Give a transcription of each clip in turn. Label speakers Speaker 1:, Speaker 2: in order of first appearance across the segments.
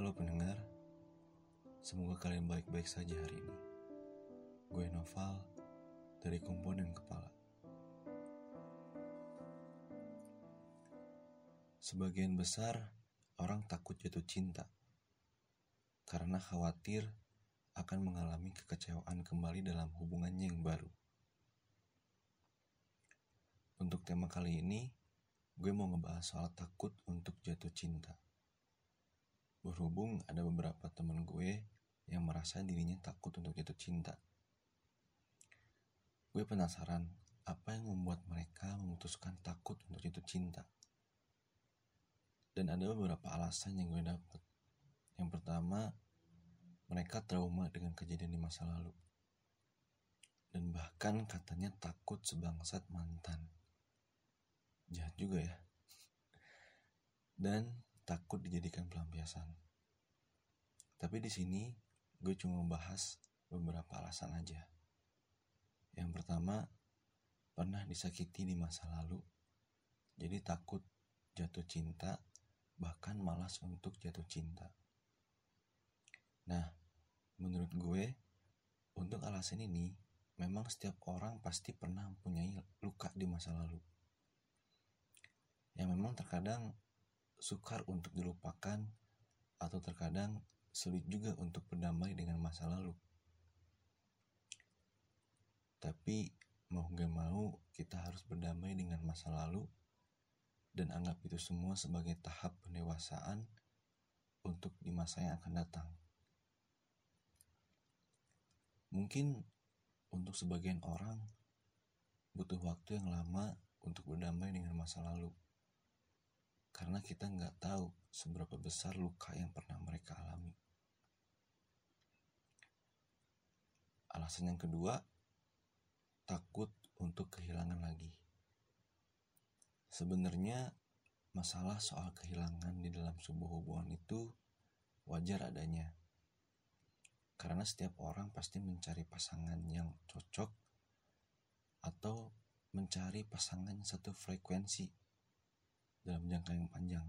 Speaker 1: Halo pendengar, semoga kalian baik-baik saja hari ini. Gue Noval dari Komponen Kepala. Sebagian besar orang takut jatuh cinta karena khawatir akan mengalami kekecewaan kembali dalam hubungannya yang baru. Untuk tema kali ini, gue mau ngebahas soal takut untuk jatuh cinta. Berhubung ada beberapa temen gue yang merasa dirinya takut untuk jatuh cinta. Gue penasaran apa yang membuat mereka memutuskan takut untuk jatuh cinta. Dan ada beberapa alasan yang gue dapat. Yang pertama, mereka trauma dengan kejadian di masa lalu. Dan bahkan katanya takut sebangsat mantan. Jahat juga ya. Dan takut dijadikan pelampiasan. Tapi di sini gue cuma bahas beberapa alasan aja. Yang pertama, pernah disakiti di masa lalu, jadi takut jatuh cinta, bahkan malas untuk jatuh cinta. Nah, menurut gue, untuk alasan ini, memang setiap orang pasti pernah mempunyai luka di masa lalu. Yang memang terkadang sukar untuk dilupakan, atau terkadang sulit juga untuk berdamai dengan masa lalu. Tapi mau gak mau kita harus berdamai dengan masa lalu dan anggap itu semua sebagai tahap pendewasaan untuk di masa yang akan datang. Mungkin untuk sebagian orang butuh waktu yang lama untuk berdamai dengan masa lalu, karena kita gak tahu seberapa besar luka yang pernah mereka alami. Alasan yang kedua, takut untuk kehilangan lagi. Sebenarnya masalah soal kehilangan di dalam sebuah hubungan itu wajar adanya. Karena setiap orang pasti mencari pasangan yang cocok atau mencari pasangan satu frekuensi dalam jangka yang panjang.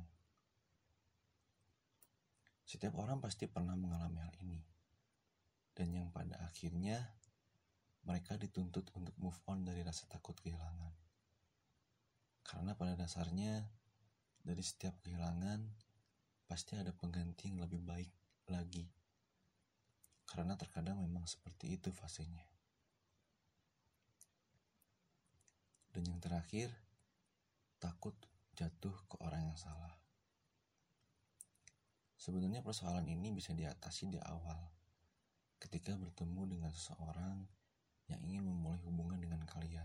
Speaker 1: Setiap orang pasti pernah mengalami hal ini. Dan yang pada akhirnya mereka dituntut untuk move on dari rasa takut kehilangan. Karena pada dasarnya dari setiap kehilangan pasti ada pengganti yang lebih baik lagi. Karena terkadang memang seperti itu fasenya. Dan yang terakhir, takut jatuh ke orang yang salah. Sebenarnya persoalan ini bisa diatasi di awal, ketika bertemu dengan seseorang yang ingin memulai hubungan dengan kalian.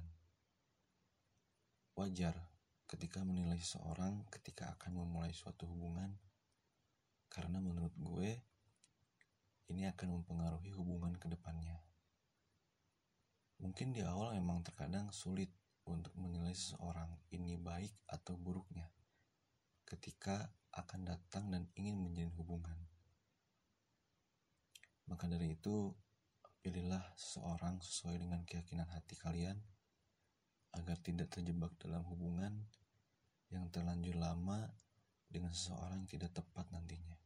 Speaker 1: Wajar ketika menilai seseorang ketika akan memulai suatu hubungan, karena menurut gue ini akan mempengaruhi hubungan ke depannya. Mungkin di awal memang terkadang sulit untuk menilai seseorang ini baik atau buruknya ketika akan datang dan ingin menjalin hubungan. Maka dari itu, pilihlah seseorang sesuai dengan keyakinan hati kalian agar tidak terjebak dalam hubungan yang terlanjur lama dengan seseorang yang tidak tepat nantinya.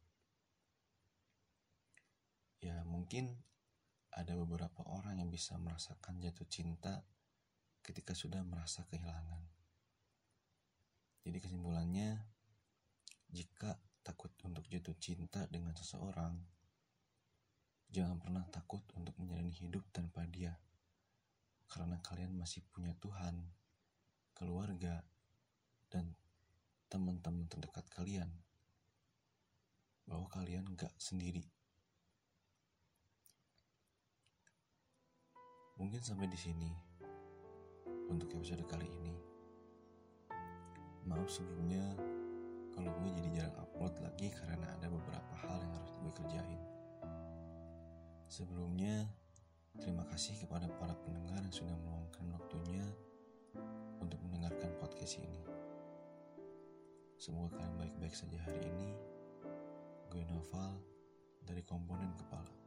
Speaker 1: Ya mungkin ada beberapa orang yang bisa merasakan jatuh cinta ketika sudah merasa kehilangan. Jadi kesimpulannya, jika takut untuk jatuh cinta dengan seseorang, jangan pernah takut untuk menjalani hidup tanpa dia. Karena kalian masih punya Tuhan, keluarga, dan teman-teman terdekat kalian. Bahwa kalian gak sendiri. Mungkin sampai di sini untuk episode kali ini. Maaf sebelumnya kalau gue jadi jarang upload lagi karena ada beberapa hal yang harus gue kerjain. Sebelumnya, terima kasih kepada para pendengar yang sudah meluangkan waktunya untuk mendengarkan podcast ini. Semoga kalian baik-baik saja hari ini. Gue Noval dari Komponen Kepala.